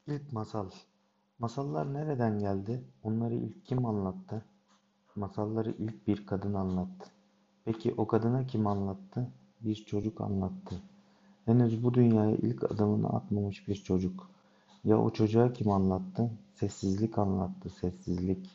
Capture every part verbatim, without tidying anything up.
İlk masal. Masallar nereden geldi? Onları ilk kim anlattı? Masalları ilk bir kadın anlattı. Peki o kadına kim anlattı? Bir çocuk anlattı. Henüz bu dünyaya ilk adımını atmamış bir çocuk. Ya o çocuğa kim anlattı? Sessizlik anlattı, sessizlik.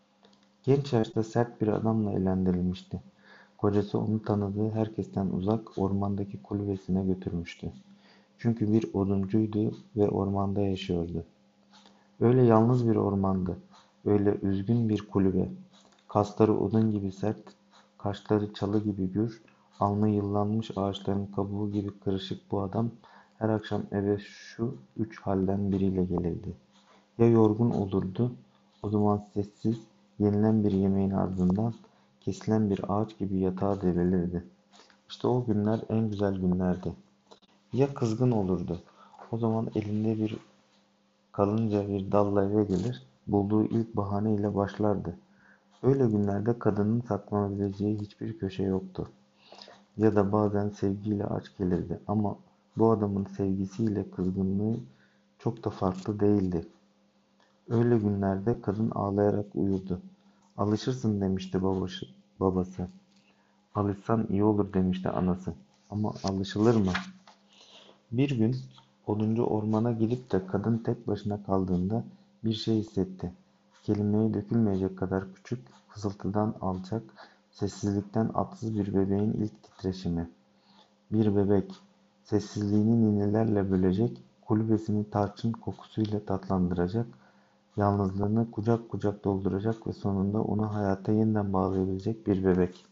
Genç yaşta sert bir adamla evlendirilmişti. Kocası onu tanıdığı herkesten uzak ormandaki kulübesine götürmüştü. Çünkü bir oduncuydu ve ormanda yaşıyordu. Öyle yalnız bir ormandı, öyle üzgün bir kulübe. Kasları odun gibi sert, kaşları çalı gibi gür, alnı yıllanmış ağaçların kabuğu gibi kırışık bu adam her akşam eve şu üç halden biriyle gelirdi. Ya yorgun olurdu, o zaman sessiz, yenilen bir yemeğin ardından kesilen bir ağaç gibi yatağa devrilirdi. İşte o günler en güzel günlerdi. Ya kızgın olurdu, o zaman elinde bir kalınca bir dalla eve gelir, bulduğu ilk bahaneyle başlardı. Öyle günlerde kadının saklanabileceği hiçbir köşe yoktu. Ya da bazen sevgiyle aç gelirdi ama bu adamın sevgisiyle kızgınlığı çok da farklı değildi. Öyle günlerde kadın ağlayarak uyurdu. Alışırsın demişti babası. babası. Alışsan iyi olur demişti anası. Ama alışılır mı? Bir gün oduncu ormana gidip de kadın tek başına kaldığında bir şey hissetti. Kelimeye dökülmeyecek kadar küçük, fısıltıdan alçak, sessizlikten atsız bir bebeğin ilk titreşimi. Bir bebek, sessizliğini ninelerle bölecek, kulübesini tarçın kokusuyla tatlandıracak, yalnızlığını kucak kucak dolduracak ve sonunda onu hayata yeniden bağlayabilecek bir bebek.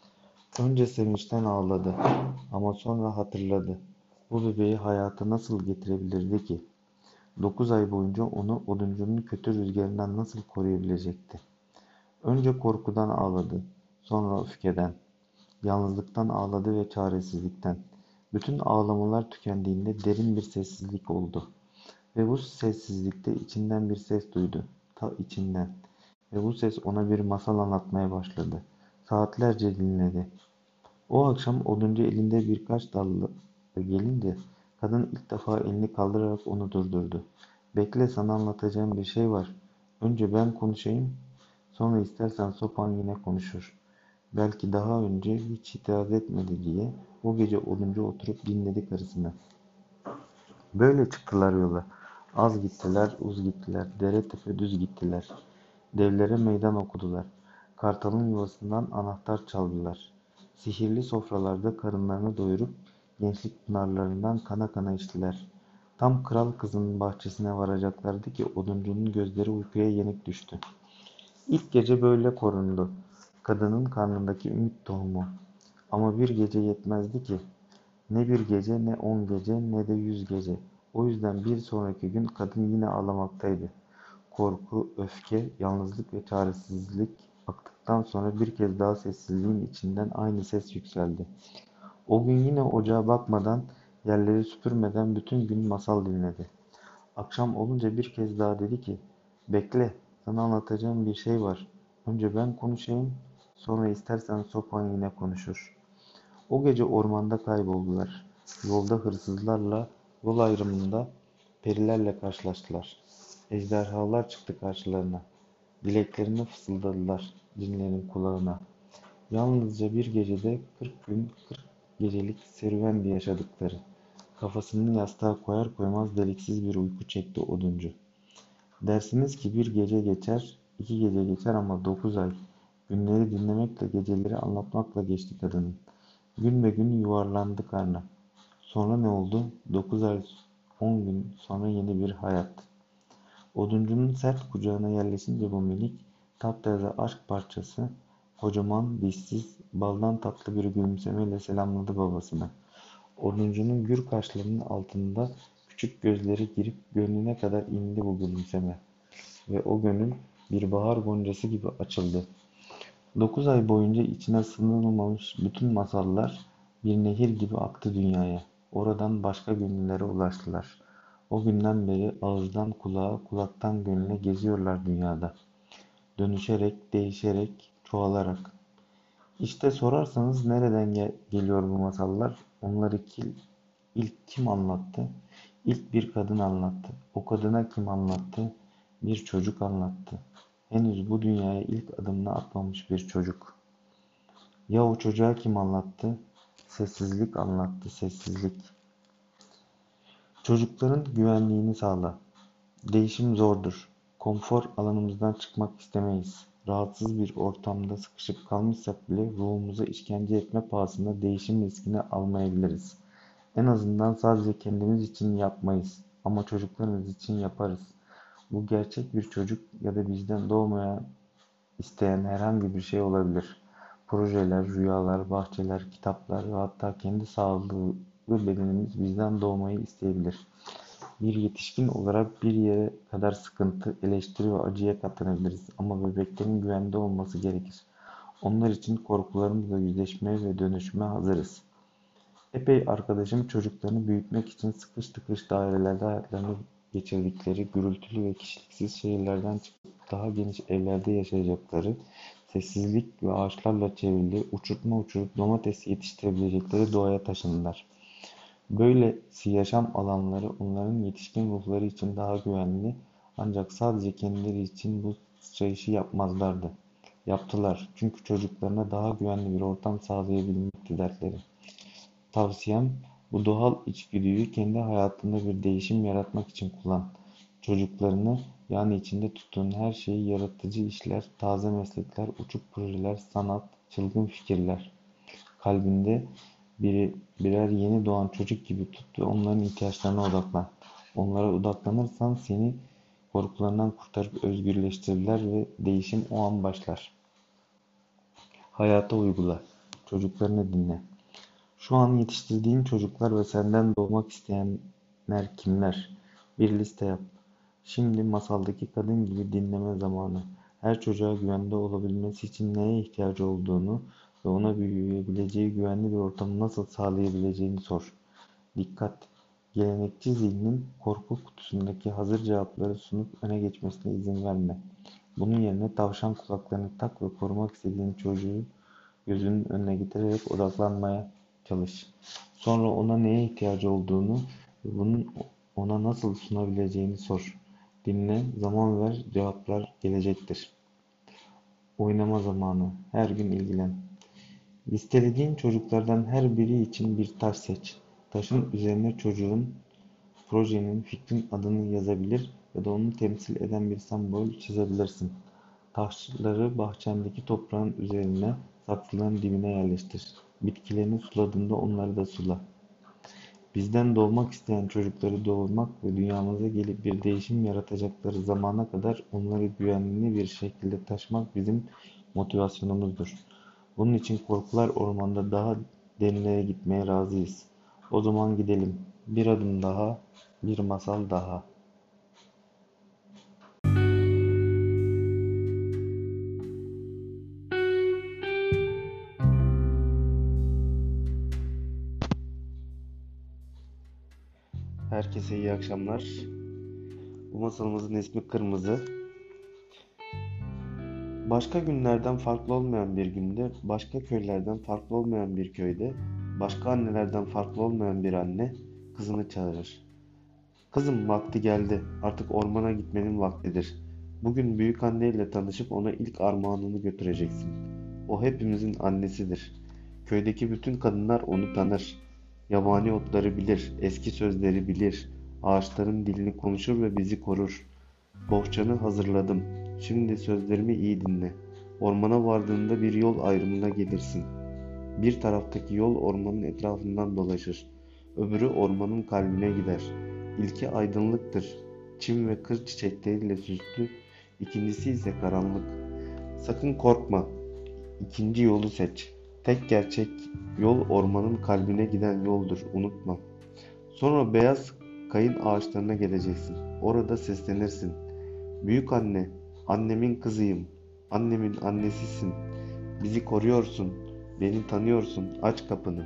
Önce sevinçten ağladı ama sonra hatırladı. Bu bebeği hayata nasıl getirebilirdi ki? Dokuz ay boyunca onu oduncunun kötü rüzgarından nasıl koruyabilecekti? Önce korkudan ağladı, sonra öfkeden, yalnızlıktan ağladı ve çaresizlikten. Bütün ağlamalar tükendiğinde derin bir sessizlik oldu. Ve bu sessizlikte içinden bir ses duydu. Ta içinden. Ve bu ses ona bir masal anlatmaya başladı. Saatlerce dinledi. O akşam oduncu elinde birkaç dalla gelince kadın ilk defa elini kaldırarak onu durdurdu. Bekle, sana anlatacağım bir şey var. Önce ben konuşayım, sonra istersen sopan yine konuşur. Belki daha önce hiç itiraz etmedi diye o gece oduncu oturup dinledi karısını. Böyle çıktılar yola. Az gittiler, uz gittiler, dere tepe düz gittiler. Devlere meydan okudular. Kartalın yuvasından anahtar çaldılar. Sihirli sofralarda karınlarını doyurup gençlik pınarlarından kana kana içtiler. Tam kral kızının bahçesine varacaklardı ki oduncunun gözleri uykuya yenik düştü. İlk gece böyle korundu. Kadının karnındaki ümit tohumu. Ama bir gece yetmezdi ki. Ne bir gece, ne on gece, ne de yüz gece. O yüzden bir sonraki gün kadın yine ağlamaktaydı. Korku, öfke, yalnızlık ve çaresizlik aktıktan sonra bir kez daha sessizliğin içinden aynı ses yükseldi. O gün yine ocağa bakmadan, yerleri süpürmeden bütün gün masal dinledi. Akşam olunca bir kez daha dedi ki, bekle, sana anlatacağım bir şey var. Önce ben konuşayım, sonra istersen sopan yine konuşur. O gece ormanda kayboldular. Yolda hırsızlarla, yol ayrımında perilerle karşılaştılar. Ejderhalar çıktı karşılarına. Dileklerini fısıldadılar cinlerin kulağına. Yalnızca bir gecede kırk gün kırk gecelik serüvendi yaşadıkları. Kafasını yastığa koyar koymaz deliksiz bir uyku çekti oduncu. Dersiniz ki bir gece geçer, iki gece geçer ama dokuz ay. Günleri dinlemekle geceleri anlatmakla geçti kadının. Gün be gün yuvarlandı karnı. Sonra ne oldu? Dokuz ay, on gün sonra yeni bir hayat. Oduncunun sert kucağına yerleşince bu minik, taptaze aşk parçası, kocaman, dişsiz, baldan tatlı bir gülümsemeyle selamladı babasını. Oduncunun gür kaşlarının altında küçük gözleri girip gönlüne kadar indi bu gülümseme. Ve o gönül bir bahar goncası gibi açıldı. Dokuz ay boyunca içine sığınılmamış bütün masallar bir nehir gibi aktı dünyaya. Oradan başka gönüllere ulaştılar. O günden beri ağızdan kulağa, kulaktan gönüle geziyorlar dünyada. Dönüşerek, değişerek, çoğalarak. İşte sorarsanız nereden gel- geliyor bu masallar? Onları ki, ilk kim anlattı? İlk bir kadın anlattı. O kadına kim anlattı? Bir çocuk anlattı. Henüz bu dünyaya ilk adımını atmamış bir çocuk. Ya o çocuğa kim anlattı? Sessizlik anlattı, sessizlik. Çocukların güvenliğini sağla. Değişim zordur. Konfor alanımızdan çıkmak istemeyiz. Rahatsız bir ortamda sıkışıp kalmışsak bile ruhumuza işkence etme pahasına değişim riskini almayabiliriz. En azından sadece kendimiz için yapmayız ama çocuklarımız için yaparız. Bu gerçek bir çocuk ya da bizden doğmaya isteyen herhangi bir şey olabilir. Projeler, rüyalar, bahçeler, kitaplar ve hatta kendi sağlıklı bedenimiz bizden doğmayı isteyebilir. Bir yetişkin olarak bir yere kadar sıkıntı, eleştiri ve acıya katlanabiliriz ama bebeklerin güvende olması gerekir. Onlar için korkularımızla yüzleşmeye ve dönüşüme hazırız. Epey arkadaşım çocuklarını büyütmek için sıkış tıkış dairelerde hayatlarını geçirdikleri, gürültülü ve kişiliksiz şehirlerden çıkıp daha geniş evlerde yaşayacakları, sessizlik ve ağaçlarla çevrili, uçurtma uçurup domates yetiştirebilecekleri doğaya taşındılar. Böylesi yaşam alanları onların yetişkin ruhları için daha güvenli, ancak sadece kendileri için bu sıçrayışı yapmazlardı. Yaptılar, çünkü çocuklarına daha güvenli bir ortam sağlayabilmekti dertleri. Tavsiyem, bu doğal içgüdüyü kendi hayatında bir değişim yaratmak için kullan. Çocuklarını, yani içinde tuttuğun her şeyi, yaratıcı işler, taze meslekler, uçuk projeler, sanat, çılgın fikirler, kalbinde biri, birer yeni doğan çocuk gibi tut ve onların ihtiyaçlarına odaklan. Onlara odaklanırsan seni korkularından kurtarıp özgürleştirirler ve değişim o an başlar. Hayata uygula. Çocuklarını dinle. Şu an yetiştirdiğin çocuklar ve senden doğmak isteyenler kimler? Bir liste yap. Şimdi masaldaki kadın gibi dinleme zamanı. Her çocuğa güvende olabilmesi için neye ihtiyacı olduğunu ve ona büyüyebileceği güvenli bir ortamı nasıl sağlayabileceğini sor. Dikkat! Gelenekçi zihnin korku kutusundaki hazır cevapları sunup öne geçmesine izin verme. Bunun yerine tavşan kulaklarını tak ve korumak istediğin çocuğu gözünün önüne getirerek odaklanmaya çalış. Sonra ona neye ihtiyacı olduğunu ve bunun ona nasıl sunabileceğini sor. Dinle, zaman ver, cevaplar gelecektir. Oynama zamanı. Her gün ilgilen. Listelediğin çocuklardan her biri için bir taş seç. Taşın üzerine çocuğun, projenin, fikrin adını yazabilir ya da onu temsil eden bir sembol çizebilirsin. Taşları bahçendeki toprağın üzerine, saksıların dibine yerleştir. Bitkilerini suladığında onları da sula. Bizden doğmak isteyen çocukları doğurmak ve dünyamıza gelip bir değişim yaratacakları zamana kadar onları güvenli bir şekilde taşımak bizim motivasyonumuzdur. Bunun için korkular ormanda daha derinlere gitmeye razıyız. O zaman gidelim. Bir adım daha, bir masal daha. Herkese iyi akşamlar. Bu masalımızın ismi Kırmızı. Başka günlerden farklı olmayan bir günde, başka köylerden farklı olmayan bir köyde, başka annelerden farklı olmayan bir anne kızını çağırır. Kızım, vakti geldi. Artık ormana gitmenin vaktidir. Bugün büyük anneyle tanışıp ona ilk armağanını götüreceksin. O hepimizin annesidir. Köydeki bütün kadınlar onu tanır. Yabani otları bilir, eski sözleri bilir. Ağaçların dilini konuşur ve bizi korur. Bohçanı hazırladım. Şimdi sözlerimi iyi dinle. Ormana vardığında bir yol ayrımına gelirsin. Bir taraftaki yol ormanın etrafından dolaşır. Öbürü ormanın kalbine gider. İlki aydınlıktır. Çim ve kır çiçekleriyle süslü. İkincisi ise karanlık. Sakın korkma. İkinci yolu seç. Tek gerçek yol ormanın kalbine giden yoldur. Unutma. Sonra beyaz kayın ağaçlarına geleceksin. Orada seslenirsin. Büyük anne, annemin kızıyım. Annemin annesisin. Bizi koruyorsun. Beni tanıyorsun. Aç kapını.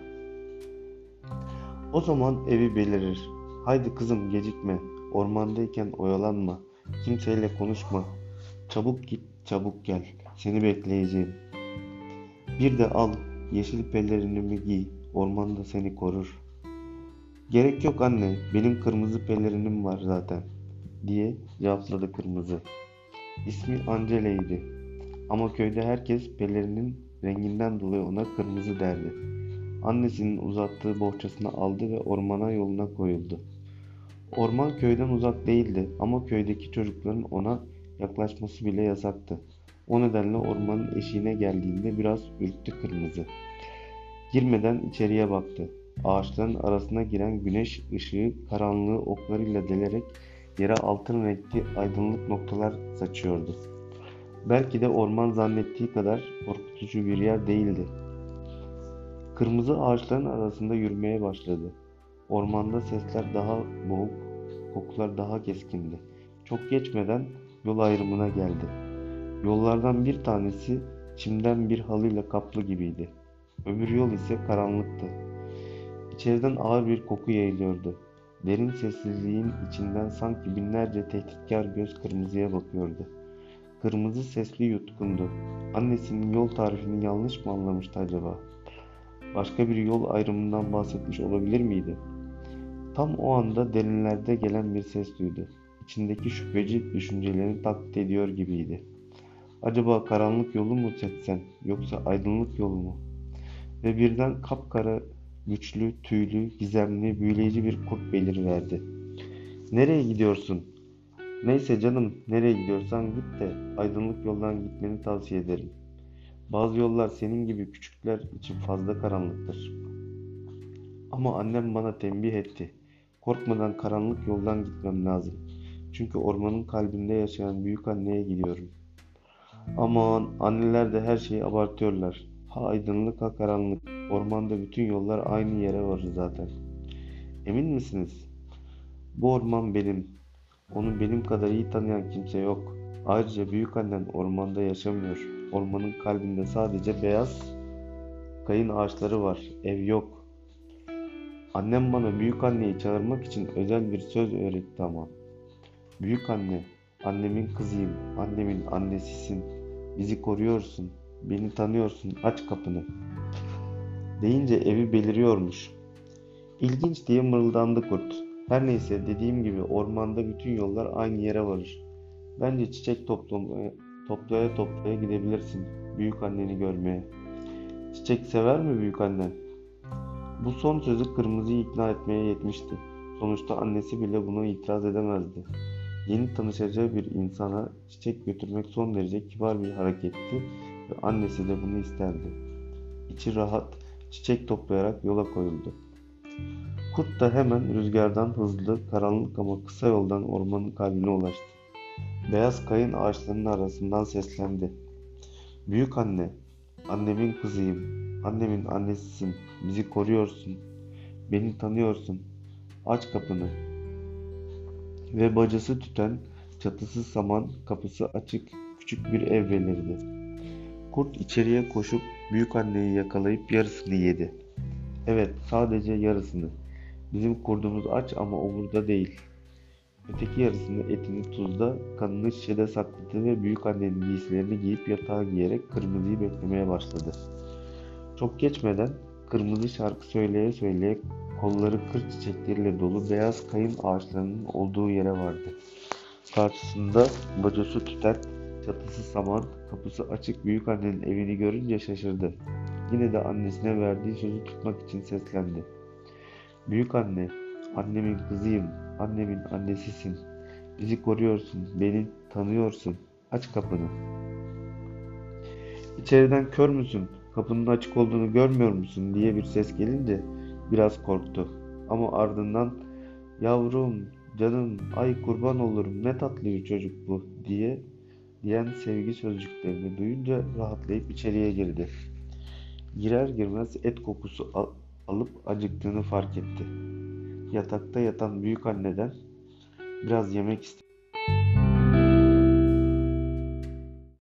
O zaman evi belirir. Haydi kızım, gecikme. Ormandayken oyalanma. Kimseyle konuşma. Çabuk git, çabuk gel. Seni bekleyeceğim. Bir de al, yeşil pelerinimi giy. Ormanda seni korur. "Gerek yok anne, benim kırmızı pelerinim var zaten," diye cevapladı kırmızı. İsmi Angele'ydi ama köyde herkes pelerinin renginden dolayı ona kırmızı derdi. Annesinin uzattığı bohçasını aldı ve ormana yoluna koyuldu. Orman köyden uzak değildi ama köydeki çocukların ona yaklaşması bile yasaktı. O nedenle ormanın eşiğine geldiğinde biraz ürktü kırmızı. Girmeden içeriye baktı. Ağaçların arasına giren güneş ışığı karanlığı oklarıyla delerek yere altın renkli aydınlık noktalar saçıyordu. Belki de orman zannettiği kadar korkutucu bir yer değildi. Kırmızı ağaçların arasında yürümeye başladı. Ormanda sesler daha boğuk, kokular daha keskindi. Çok geçmeden yol ayrımına geldi. Yollardan bir tanesi çimden bir halıyla kaplı gibiydi. Öbür yol ise karanlıktı. İçeriden ağır bir koku yayılıyordu. Derin sessizliğin içinden sanki binlerce tehditkar göz kırmızıya bakıyordu. Kırmızı sesli yutkundu. Annesinin yol tarifini yanlış mı anlamıştı acaba? Başka bir yol ayrımından bahsetmiş olabilir miydi? Tam o anda derinlerde gelen bir ses duydu. İçindeki şüpheci düşüncelerini taklit ediyor gibiydi. Acaba karanlık yolu mu seçsen, yoksa aydınlık yolu mu? Ve birden kapkara, güçlü, tüylü, gizemli, büyüleyici bir kurt beliriverdi. "Nereye gidiyorsun?" "Neyse canım, nereye gidiyorsan git de aydınlık yoldan gitmeni tavsiye ederim. Bazı yollar senin gibi küçükler için fazla karanlıktır. Ama annem bana tembih etti. Korkmadan karanlık yoldan gitmem lazım. Çünkü ormanın kalbinde yaşayan büyük anneye gidiyorum." Aman, anneler de her şeyi abartıyorlar. Ha aydınlık ha karanlık. Ormanda bütün yollar aynı yere varır zaten. "Emin misiniz?" "Bu orman benim. Onu benim kadar iyi tanıyan kimse yok. Ayrıca büyükannen ormanda yaşamıyor. Ormanın kalbinde sadece beyaz kayın ağaçları var. Ev yok. Annem bana büyükanneyi çağırmak için özel bir söz öğretti ama. Büyük anne, annemin kızıyım, annemin annesisin. Bizi koruyorsun, beni tanıyorsun, aç kapını," deyince evi beliriyormuş. "İlginç," diye mırıldandı kurt. "Her neyse, dediğim gibi ormanda bütün yollar aynı yere varır. Bence çiçek toplamaya, toplaya toplaya gidebilirsin büyük anneni görmeye." "Çiçek sever mi büyük annen?" Bu son sözü kırmızıyı ikna etmeye yetmişti. Sonuçta annesi bile buna itiraz edemezdi. Yeni tanışacağı bir insana çiçek götürmek son derece kibar bir hareketti ve annesi de bunu isterdi. İçi rahat, çiçek toplayarak yola koyuldu. Kurt da hemen rüzgardan hızlı, karanlık ama kısa yoldan ormanın kalbine ulaştı. Beyaz kayın ağaçlarının arasından seslendi. "Büyük anne, annemin kızıyım, annemin annesisin, bizi koruyorsun, beni tanıyorsun, aç kapını." Ve bacası tüten, çatısı saman, kapısı açık, küçük bir ev belirdi. Kurt içeriye koşup büyük anneyi yakalayıp yarısını yedi. Evet, sadece yarısını. Bizim kurdumuz aç ama o burada değil. Öteki yarısını etini tuzda, kanını şişede sakladı ve büyük annenin giysilerini giyip yatağa giyerek kırmızıyı beklemeye başladı. Çok geçmeden kırmızı şarkı söyleye söyleye kolları kır çiçekleriyle dolu beyaz kayın ağaçlarının olduğu yere vardı. Karşısında bacası tüten, çatısı saman, kapısı açık büyük annenin evini görünce şaşırdı. Yine de annesine verdiği sözü tutmak için seslendi. "Büyük anne, annemin kızıyım, annemin annesisin. Bizi koruyorsun, beni tanıyorsun. Aç kapını." "İçeriden kör müsün, kapının açık olduğunu görmüyor musun?" diye bir ses gelince biraz korktu. Ama ardından "Yavrum, canım, ay kurban olurum, ne tatlı bir çocuk bu," diye diyen sevgi sözcüklerini duyunca rahatlayıp içeriye girdi. Girer girmez et kokusu al- alıp acıktığını fark etti. Yatakta yatan büyük anneden biraz yemek istedi.